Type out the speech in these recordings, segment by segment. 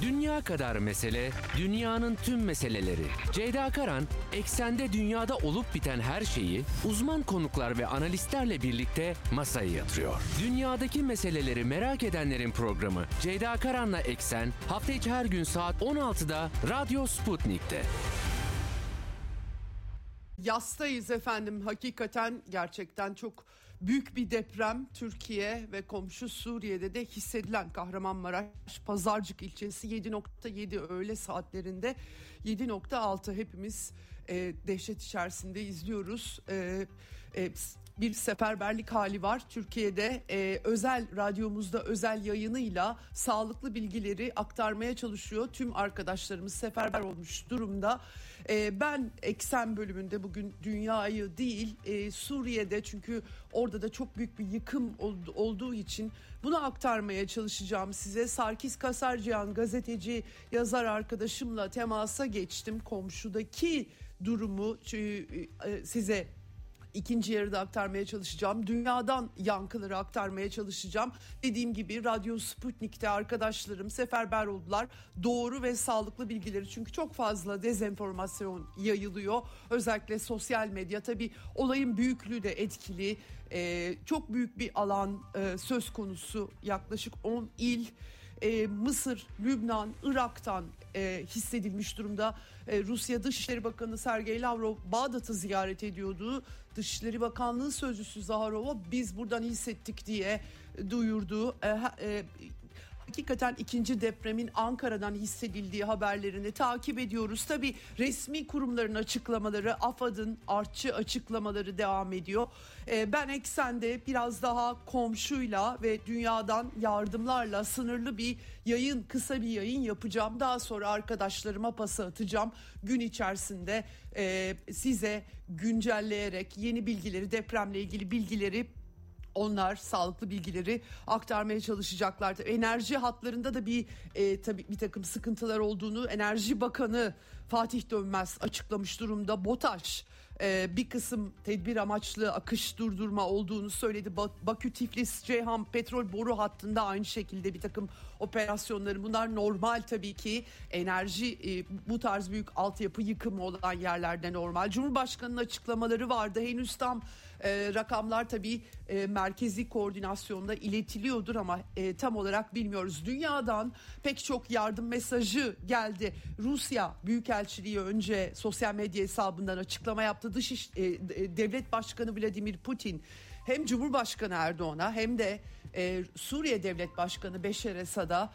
Dünya kadar mesele, dünyanın tüm meseleleri. Ceyda Karan, eksende dünyada olup biten her şeyi uzman konuklar ve analistlerle birlikte masaya yatırıyor. Dünyadaki meseleleri merak edenlerin programı Ceyda Karan'la Eksen, hafta içi her gün saat 16'da Radyo Sputnik'te. Yastayız efendim. Hakikaten gerçekten çok büyük bir deprem Türkiye ve komşu Suriye'de de hissedilen. Kahramanmaraş Pazarcık ilçesi 7.7 öğle saatlerinde 7.6 hepimiz dehşet içerisinde izliyoruz. Bir seferberlik hali var. Türkiye'de özel radyomuzda özel yayınıyla sağlıklı bilgileri aktarmaya çalışıyor. Tüm arkadaşlarımız seferber olmuş durumda. Ben Eksen bölümünde bugün dünyayı değil Suriye'de, çünkü orada da çok büyük bir yıkım olduğu için bunu aktarmaya çalışacağım size. Sarkis Kasarciyan gazeteci yazar arkadaşımla temasa geçtim. Komşudaki durumu size İkinci yarıda aktarmaya çalışacağım. Dünyadan yankıları aktarmaya çalışacağım. Dediğim gibi Radyo Sputnik'te arkadaşlarım seferber oldular. Doğru ve sağlıklı bilgileri, çünkü çok fazla dezenformasyon yayılıyor. Özellikle sosyal medya. Tabii olayın büyüklüğü de etkili. Çok büyük bir alan söz konusu. Yaklaşık 10 il. Mısır, Lübnan, Irak'tan hissedilmiş durumda. Rusya Dışişleri Bakanı Sergey Lavrov Bağdat'ı ziyaret ediyordu. Dışişleri Bakanlığı Sözcüsü Zaharova biz buradan hissettik diye duyurdu. Hakikaten ikinci depremin Ankara'dan hissedildiği haberlerini takip ediyoruz. Tabii resmi kurumların açıklamaları, AFAD'ın artçı açıklamaları devam ediyor. Ben Eksen'de biraz daha komşuyla ve dünyadan yardımlarla sınırlı bir yayın, kısa bir yayın yapacağım. Daha sonra arkadaşlarıma pası atacağım. Gün içerisinde size güncelleyerek yeni bilgileri, depremle ilgili bilgileri, onlar sağlıklı bilgileri aktarmaya çalışacaklar. Enerji hatlarında da tabii bir takım sıkıntılar olduğunu Enerji Bakanı Fatih Dönmez açıklamış durumda. BOTAŞ bir kısım tedbir amaçlı akış durdurma olduğunu söyledi. Bakü-Tiflis-Ceyhan petrol boru hattında aynı şekilde bir takım operasyonları, bunlar normal tabii ki. Enerji bu tarz büyük altyapı yıkımı olan yerlerde normal. Cumhurbaşkanı'nın açıklamaları vardı. Henüz tam rakamlar tabii merkezi koordinasyonda iletiliyordur ama tam olarak bilmiyoruz. Dünyadan pek çok yardım mesajı geldi. Rusya Büyükelçiliği önce sosyal medya hesabından açıklama yaptı. Devlet Başkanı Vladimir Putin hem Cumhurbaşkanı Erdoğan'a hem de Suriye Devlet Başkanı Beşar Esad'a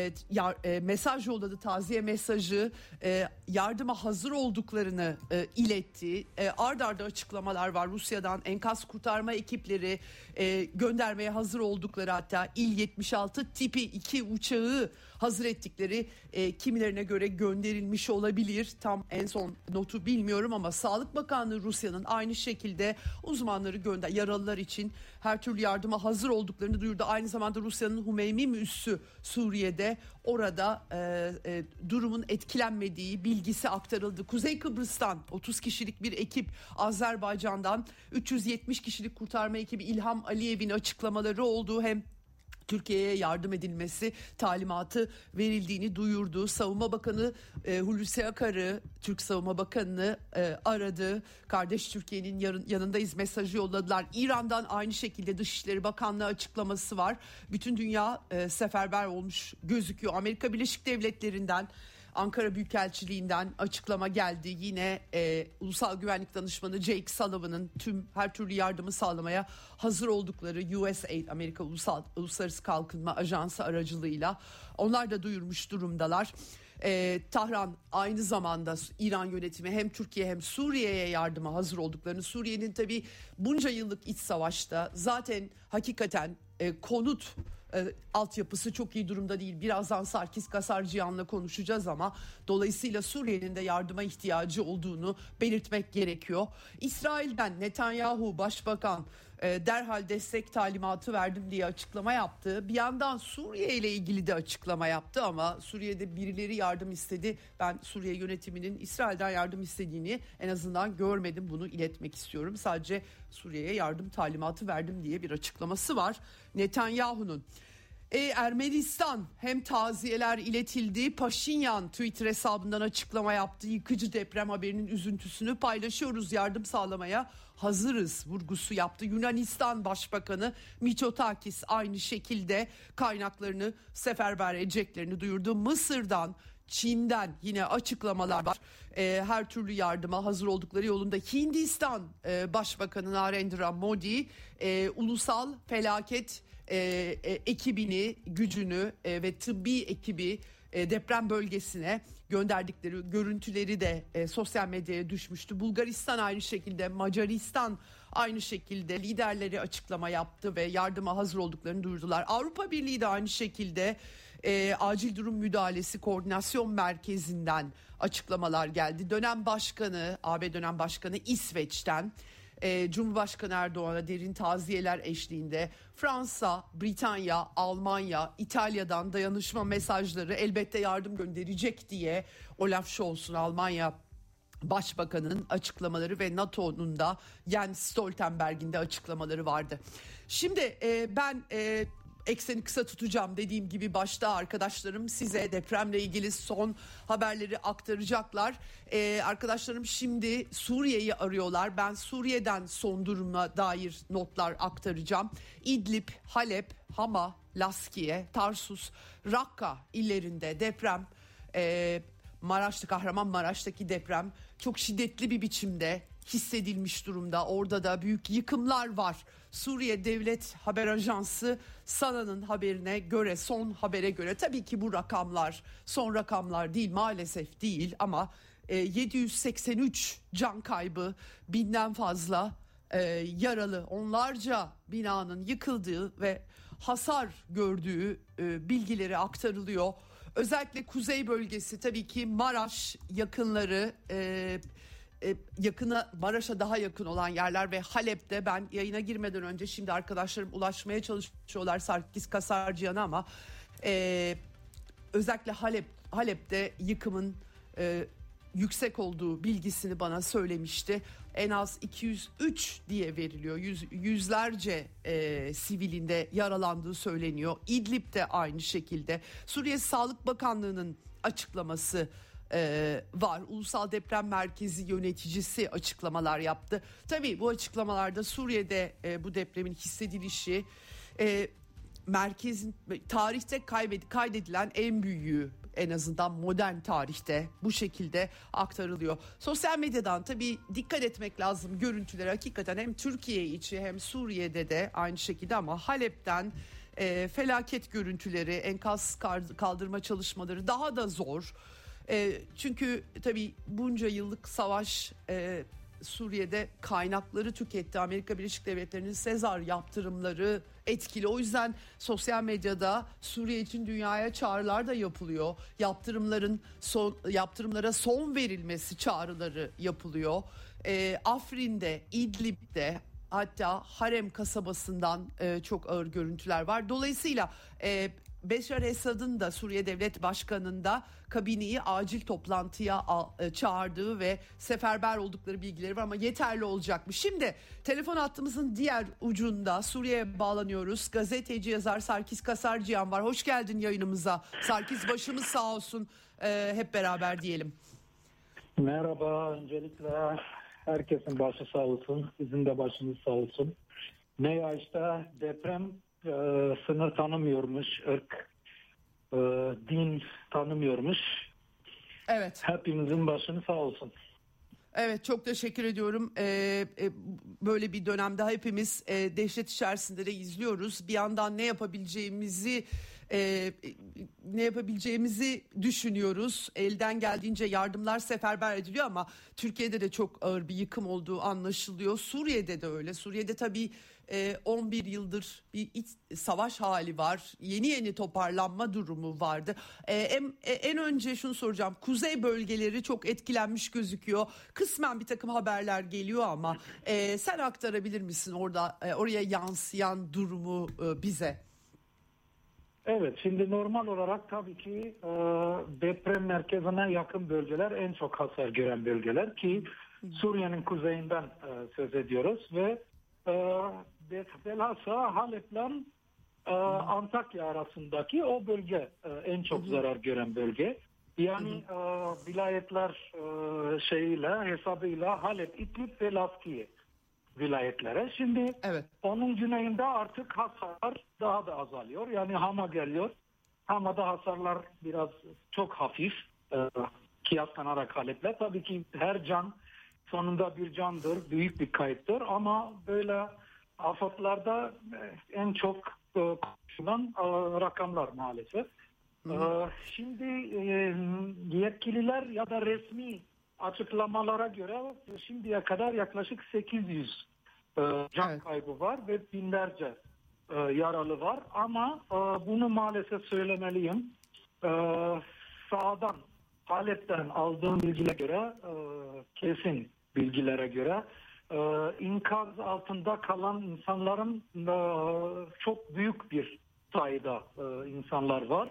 mesaj yolladı, taziye mesajı, yardıma hazır olduklarını iletti. Ard arda açıklamalar var. Rusya'dan enkaz kurtarma ekipleri göndermeye hazır oldukları, hatta İl-76 tipi 2 uçağı hazır ettikleri kimilerine göre gönderilmiş olabilir. Tam en son notu bilmiyorum ama Sağlık Bakanlığı Rusya'nın aynı şekilde uzmanları yaralılar için her türlü yardıma hazır olduklarını duyurdu. Aynı zamanda Rusya'nın Humeymi üssü Suriye'de, orada durumun etkilenmediği bilgisi aktarıldı. Kuzey Kıbrıs'tan 30 kişilik bir ekip, Azerbaycan'dan 370 kişilik kurtarma ekibi İlham Aliyev'in açıklamaları olduğu, hem Türkiye'ye yardım edilmesi talimatı verildiğini duyurdu. Savunma Bakanı Hulusi Akar'ı, Türk Savunma Bakanı'nı aradı. Kardeş Türkiye'nin yanındayız mesajı yolladılar. İran'dan aynı şekilde Dışişleri Bakanlığı açıklaması var. Bütün dünya seferber olmuş gözüküyor. Amerika Birleşik Devletleri'nden, Ankara Büyükelçiliğinden açıklama geldi. Yine Ulusal Güvenlik Danışmanı Jake Sullivan'ın her türlü yardımı sağlamaya hazır oldukları, USAID, Amerika Uluslararası Kalkınma Ajansı aracılığıyla onlar da duyurmuş durumdalar. Tahran aynı zamanda İran yönetimi hem Türkiye hem Suriye'ye yardıma hazır olduklarını, Suriye'nin tabii bunca yıllık iç savaşta zaten hakikaten konut altyapısı çok iyi durumda değil. Birazdan Sarkis Kasarciyan'la konuşacağız ama dolayısıyla Suriye'nin de yardıma ihtiyacı olduğunu belirtmek gerekiyor. İsrail'den Netanyahu Başbakan derhal destek talimatı verdim diye açıklama yaptı. Bir yandan Suriye ile ilgili de açıklama yaptı ama Suriye'de birileri yardım istedi. Ben Suriye yönetiminin İsrail'den yardım istediğini en azından görmedim. Bunu iletmek istiyorum. Sadece Suriye'ye yardım talimatı verdim diye bir açıklaması var Netanyahu'nun. Ermenistan hem taziyeler iletildi. Paşinyan Twitter hesabından açıklama yaptı. Yıkıcı deprem haberinin üzüntüsünü paylaşıyoruz. Yardım sağlamaya hazırız vurgusu yaptı. Yunanistan Başbakanı Mitsotakis aynı şekilde kaynaklarını seferber edeceklerini duyurdu. Mısır'dan, Çin'den yine açıklamalar var. Her türlü yardıma hazır oldukları yolunda. Hindistan Başbakanı Narendra Modi ulusal felaket ekibini, gücünü ve tıbbi ekibi deprem bölgesine gönderdikleri görüntüleri de sosyal medyaya düşmüştü. Bulgaristan aynı şekilde, Macaristan aynı şekilde liderleri açıklama yaptı ve yardıma hazır olduklarını duyurdular. Avrupa Birliği de aynı şekilde acil durum müdahalesi koordinasyon merkezinden açıklamalar geldi. AB dönem başkanı İsveç'ten Cumhurbaşkanı Erdoğan'a derin taziyeler eşliğinde Fransa, Britanya, Almanya, İtalya'dan dayanışma mesajları elbette yardım gönderecek diye Olaf Scholz'un Almanya Başbakanının açıklamaları ve NATO'nun da Jens Stoltenberg'in de açıklamaları vardı. Şimdi ben ekseni kısa tutacağım, dediğim gibi başta arkadaşlarım size depremle ilgili son haberleri aktaracaklar. Arkadaşlarım şimdi Suriye'yi arıyorlar. Ben Suriye'den son duruma dair notlar aktaracağım. İdlib, Halep, Hama, Laskiye, Tarsus, Rakka illerinde deprem, Kahramanmaraş'taki deprem çok şiddetli bir biçimde hissedilmiş durumda. Orada da büyük yıkımlar var. Suriye Devlet Haber Ajansı SANA'nın haberine göre, son habere göre, tabii ki bu rakamlar son rakamlar değil, maalesef değil, ama 783 can kaybı, 1000'den fazla yaralı, onlarca binanın yıkıldığı ve hasar gördüğü bilgileri aktarılıyor. Özellikle kuzey bölgesi, tabii ki Maraş yakınları, Maraş'a daha yakın olan yerler ve Halep'te, ben yayına girmeden önce şimdi arkadaşlarım ulaşmaya çalışıyorlar Sarkis Kasarcıyan'a, ama özellikle Halep'te yıkımın yüksek olduğu bilgisini bana söylemişti. En az 203 diye veriliyor. Yüzlerce sivilinde yaralandığı söyleniyor. İdlib'de aynı şekilde. Suriye Sağlık Bakanlığı'nın açıklaması var. Ulusal Deprem Merkezi yöneticisi açıklamalar yaptı. Tabii bu açıklamalarda Suriye'de bu depremin hissedilişi merkezin tarihte kaydedilen en büyüğü, en azından modern tarihte bu şekilde aktarılıyor. Sosyal medyadan tabii dikkat etmek lazım görüntülere, hakikaten hem Türkiye içi hem Suriye'de de aynı şekilde, ama Halep'ten felaket görüntüleri, enkaz kaldırma çalışmaları daha da zor. Çünkü tabii bunca yıllık savaş Suriye'de kaynakları tüketti. Amerika Birleşik Devletleri'nin Sezar yaptırımları etkili. O yüzden sosyal medyada Suriye için dünyaya çağrılar da yapılıyor. Yaptırımlara son verilmesi çağrıları yapılıyor. Afrin'de, İdlib'de, hatta Harem kasabasından çok ağır görüntüler var. Dolayısıyla Beşar Esad'ın da, Suriye Devlet Başkanı'nın da kabineyi acil toplantıya çağırdığı ve seferber oldukları bilgileri var, ama yeterli olacak mı? Şimdi telefon hattımızın diğer ucunda Suriye'ye bağlanıyoruz. Gazeteci yazar Sarkis Kasarcıyan var. Hoş geldin yayınımıza. Sarkis, başımız sağ olsun. Hep beraber diyelim. Merhaba, öncelikle herkesin başı sağ olsun. Sizin de başınız sağ olsun. Ne ya işte deprem sınır tanımıyormuş, ırk, din tanımıyormuş. Evet. Hepimizin başını sağ olsun. Evet, çok teşekkür ediyorum. Böyle bir dönemde hepimiz dehşet içerisinde de izliyoruz. Bir yandan ne yapabileceğimizi düşünüyoruz. Elden geldiğince yardımlar seferber ediliyor, ama Türkiye'de de çok ağır bir yıkım olduğu anlaşılıyor. Suriye'de de öyle. Suriye'de tabii 11 yıldır bir iç savaş hali var. Yeni toparlanma durumu vardı. En önce şunu soracağım. Kuzey bölgeleri çok etkilenmiş gözüküyor. Kısmen bir takım haberler geliyor, ama sen aktarabilir misin oraya yansıyan durumu bize? Evet, şimdi normal olarak tabii ki deprem merkezine yakın bölgeler en çok hasar gören bölgeler, ki Suriye'nin kuzeyinden söz ediyoruz ve bilhassa Halep'le Antakya arasındaki o bölge en çok zarar gören bölge. Yani vilayetler hesabıyla Halep, İdlib ve Laskiye vilayetlere. Şimdi onun güneyinde artık hasar daha da azalıyor. Yani Hama geliyor. Hama'da hasarlar biraz çok hafif kıyaslanarak Halep'le. Tabii ki her can sonunda bir candır, büyük bir kayıptır ama böyle afatlarda en çok konuşulan rakamlar maalesef. Şimdi yetkililer ya da resmi açıklamalara göre şimdiye kadar yaklaşık 800 can kaybı var ve binlerce yaralı var ama bunu maalesef söylemeliyim. Sağdan, Halep'ten aldığım bilgilere göre, kesin bilgilere göre enkaz altında kalan insanların çok büyük bir sayıda insanlar var.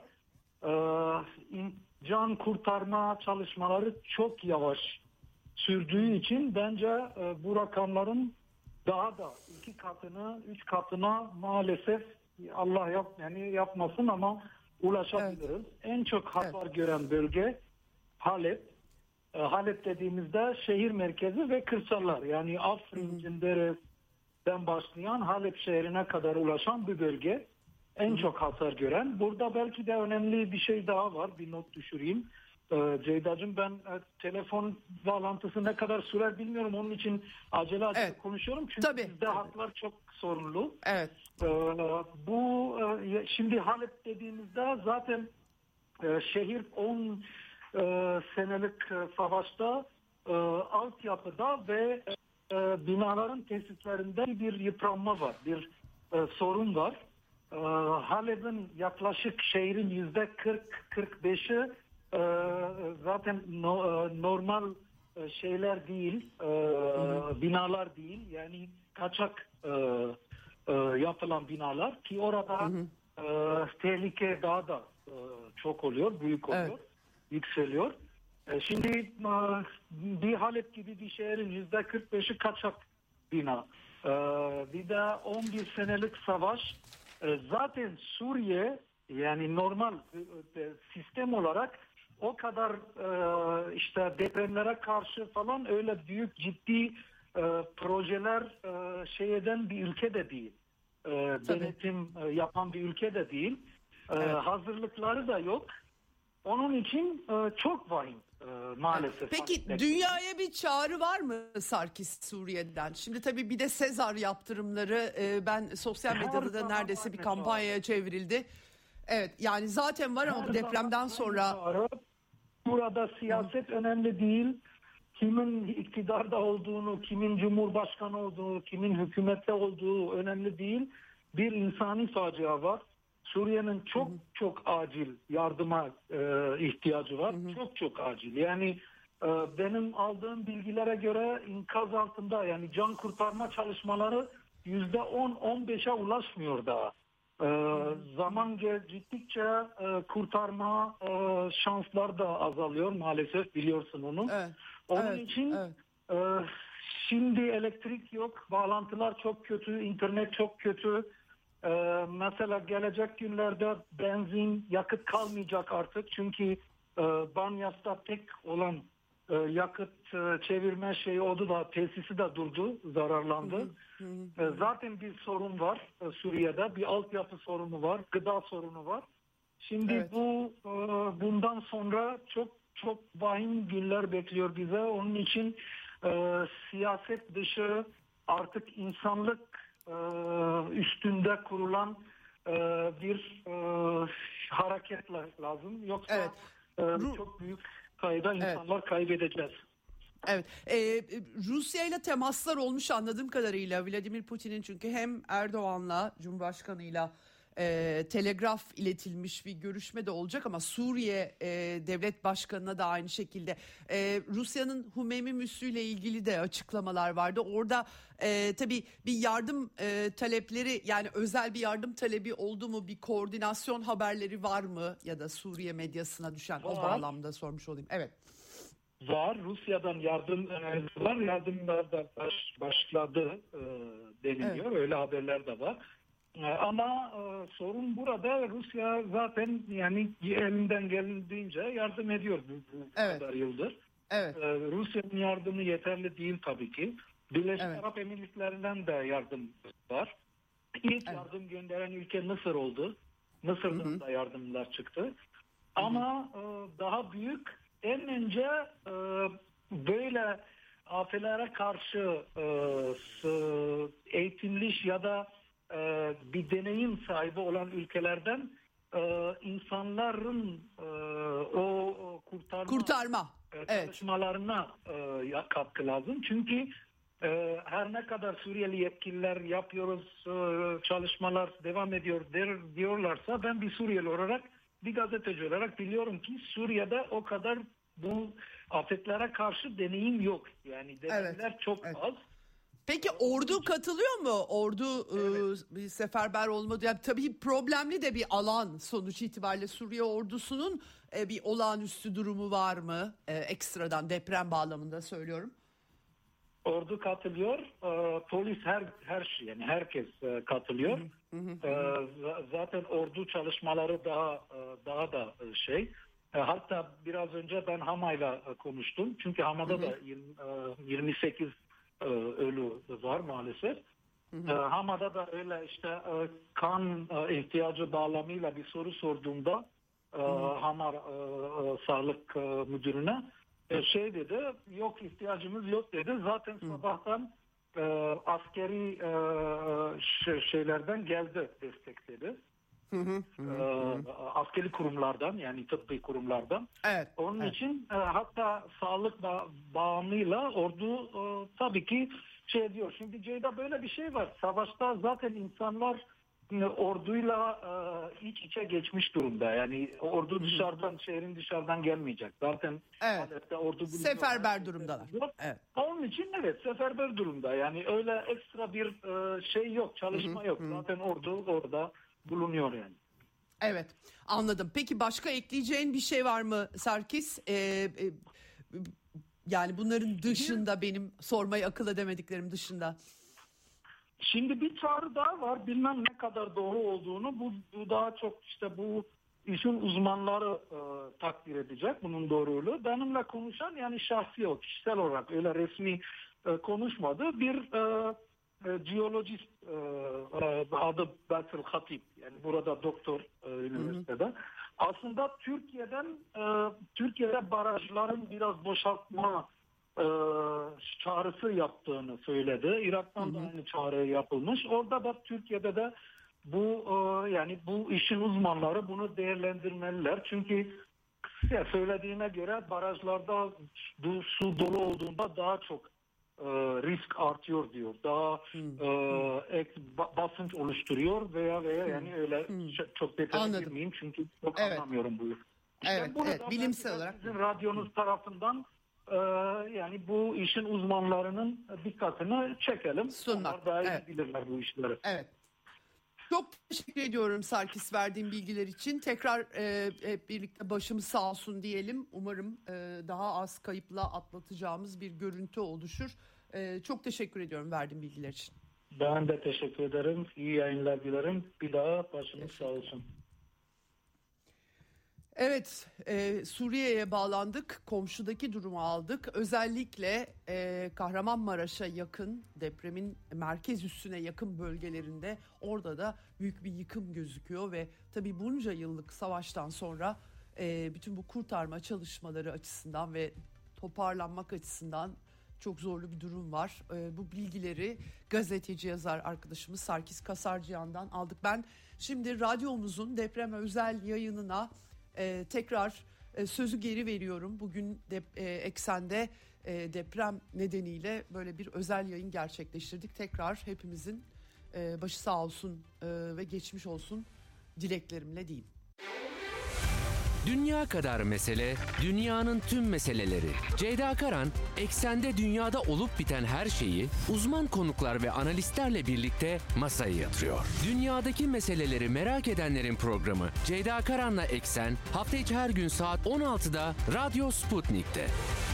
Can kurtarma çalışmaları çok yavaş sürdüğü için bence bu rakamların daha da 2 katına, 3 katına maalesef Allah yapmasın ama ulaşabiliriz. En çok hasar gören bölge Halep. Halep dediğimizde şehir merkezi ve kırsallar. Yani Afrin, Cinderes'ten başlayan Halep şehrine kadar ulaşan bir bölge. En çok hasar gören. Burada belki de önemli bir şey daha var. Bir not düşüreyim. Ceyda'cığım ben telefon bağlantısı ne kadar sürer bilmiyorum. Onun için acele konuşuyorum. Çünkü bizde hatlar çok sorunlu. Bu şimdi Halep dediğimizde zaten şehir 10 senelik savaşta altyapıda ve binaların tesislerinde bir yıpranma var. Bir sorun var. Halep'in yaklaşık şehrin %40-45'i zaten normal şeyler değil, binalar değil. Yani kaçak yapılan binalar ki orada tehlike daha da çok oluyor, büyük oluyor, yükseliyor. Şimdi bir Halep gibi bir şehrin %45'i kaçak bina. Bir de 11 senelik savaş. Zaten Suriye yani normal sistem olarak o kadar işte depremlere karşı falan öyle büyük ciddi projeler eden bir ülke de değil. Denetim yapan bir ülke de değil. Hazırlıkları da yok. Onun için çok vahim maalesef. Peki dünyaya bir çağrı var mı Sarkis Suriye'den? Şimdi tabii bir de Sezar yaptırımları ben sosyal medyada da neredeyse bir kampanyaya çevrildi. Evet yani zaten var ama bu depremden sonra. Burada siyaset önemli değil. Kimin iktidarda olduğunu, kimin cumhurbaşkanı olduğu, kimin hükümette olduğu önemli değil. Bir insani facia var. Suriye'nin çok acil yardıma ihtiyacı var. Çok acil. Yani benim aldığım bilgilere göre enkaz altında yani can kurtarma çalışmaları %10-15'e ulaşmıyor daha. Zaman gittikçe kurtarma şanslar da azalıyor maalesef biliyorsun onu. Onun için şimdi elektrik yok, bağlantılar çok kötü, internet çok kötü. Mesela gelecek günlerde benzin, yakıt kalmayacak artık çünkü Banyas'ta tek olan yakıt çevirme şeyi oldu da tesisi de durdu, zararlandı. Zaten bir sorun var Suriye'de, bir altyapı sorunu var, gıda sorunu var. Şimdi bundan sonra çok vahim günler bekliyor bize. Onun için siyaset dışı artık insanlık üstünde kurulan bir hareket lazım. Yoksa çok büyük sayıda insanlar kaybedeceğiz. Evet. Rusya ile temaslar olmuş anladığım kadarıyla Vladimir Putin'in çünkü hem Erdoğan'la Cumhurbaşkanı'yla telegraf iletilmiş bir görüşme de olacak ama Suriye devlet başkanına da aynı şekilde Rusya'nın Hümeymi Müslü ile ilgili de açıklamalar vardı. Orada tabii bir yardım talepleri yani özel bir yardım talebi oldu mu, bir koordinasyon haberleri var mı ya da Suriye medyasına düşen o bağlamda sormuş olayım. Evet. Var. Rusya'dan yardım var. Yardımlar da başladı deniliyor. Öyle haberler de var. Ama sorun burada, Rusya zaten yani elinden geldiğince yardım ediyor bu kadar yıldır. Evet. Rusya'nın yardımı yeterli değil tabii ki. Birleşik Arap Emirlikleri'nden de yardım var. İlk yardım gönderen ülke Mısır oldu. Mısır'dan da yardımlar çıktı. Ama daha büyük, en önce böyle afelere karşı eğitimli ya da bir deneyim sahibi olan ülkelerden insanların o kurtarma çalışmalarına katkı lazım. Çünkü her ne kadar Suriyeli yetkililer yapıyoruz, çalışmalar devam ediyor diyorlarsa, ben bir Suriyeli olarak, bir gazeteci olarak biliyorum ki Suriye'de o kadar bu afetlere karşı deneyim yok. Yani deneyimler çok az. Peki ordu katılıyor mu? Ordu bir seferber olmadı. Yani tabii problemli de bir alan sonuç itibariyle. Suriye ordusunun bir olağanüstü durumu var mı? Ekstradan deprem bağlamında söylüyorum. Ordu katılıyor. Polis her şey, yani herkes katılıyor. Zaten ordu çalışmaları daha da şey. Hatta biraz önce ben Hama'yla konuştum. Çünkü Hama'da da 28 ölü var maalesef. Hama'da da öyle işte kan ihtiyacı bağlamıyla bir soru sorduğumda Hama sağlık müdürüne şey dedi, yok ihtiyacımız yok dedi. Zaten sabahtan askeri şeylerden geldi destek dedi. Askeri kurumlardan, yani tıbbi kurumlardan. Onun için hatta sağlık bağımlıyla ordu tabii ki şey diyor. Şimdi Ceyda, böyle bir şey var. Savaşta zaten insanlar orduyla iç içe geçmiş durumda. Yani ordu dışarıdan, şehrin dışarıdan gelmeyecek. Zaten ordu seferber durumdalar. Onun için seferber durumda. Yani öyle ekstra bir şey yok, çalışma yok. Zaten ordu orada bulunuyor yani. Evet, anladım. Peki başka ekleyeceğin bir şey var mı Sarkis? Yani bunların dışında, benim sormayı akıl edemediklerim dışında. Şimdi bir çağrı daha var. Bilmem ne kadar doğru olduğunu. Bu daha çok işte bu işin uzmanları takdir edecek bunun doğruluğu. Benimle konuşan, yani şahsi o, kişisel olarak öyle resmi konuşmadı. Bir jeolojist adı Basil Hatip, yani burada doktor üniversitede. Aslında Türkiye'de barajların biraz boşaltma çağrısı yaptığını söyledi. Irak'tan da aynı çağrı yapılmış. Orada da Türkiye'de de bu yani bu işin uzmanları bunu değerlendirmeliler. Çünkü söylediğine göre barajlarda bu su dolu olduğunda daha çok risk artıyor diyor. Daha basınç oluşturuyor veya yani öyle çok detaylı girmeyeyim çünkü çok anlamıyorum bu. İşte bilimsel olarak sizin radyonuz tarafından yani bu işin uzmanlarının dikkatini çekelim. Onlar daha iyi bilirler bu işleri. Evet. Çok teşekkür ediyorum Sarkis, verdiğin bilgiler için. Tekrar hep birlikte başımız sağ olsun diyelim. Umarım daha az kayıpla atlatacağımız bir görüntü oluşur. Çok teşekkür ediyorum verdiğin bilgiler için. Ben de teşekkür ederim. İyi yayınlar dilerim. Bir daha başınız sağ olsun. Evet, Suriye'ye bağlandık, komşudaki durumu aldık. Özellikle Kahramanmaraş'a yakın, depremin merkez üssüne yakın bölgelerinde, orada da büyük bir yıkım gözüküyor ve tabii bunca yıllık savaştan sonra bütün bu kurtarma çalışmaları açısından ve toparlanmak açısından çok zorlu bir durum var. Bu bilgileri gazeteci yazar arkadaşımız Sarkis Kasarcıyan'dan aldık. Ben şimdi radyomuzun depreme özel yayınına tekrar sözü geri veriyorum. Bugün Eksen'de deprem nedeniyle böyle bir özel yayın gerçekleştirdik. Tekrar hepimizin başı sağ olsun ve geçmiş olsun dileklerimle diyeyim. Dünya kadar mesele, dünyanın tüm meseleleri. Ceyda Karan, Eksen'de dünyada olup biten her şeyi uzman konuklar ve analistlerle birlikte masaya yatırıyor. Dünyadaki meseleleri merak edenlerin programı Ceyda Karan'la Eksen, hafta içi her gün saat 16'da Radyo Sputnik'te.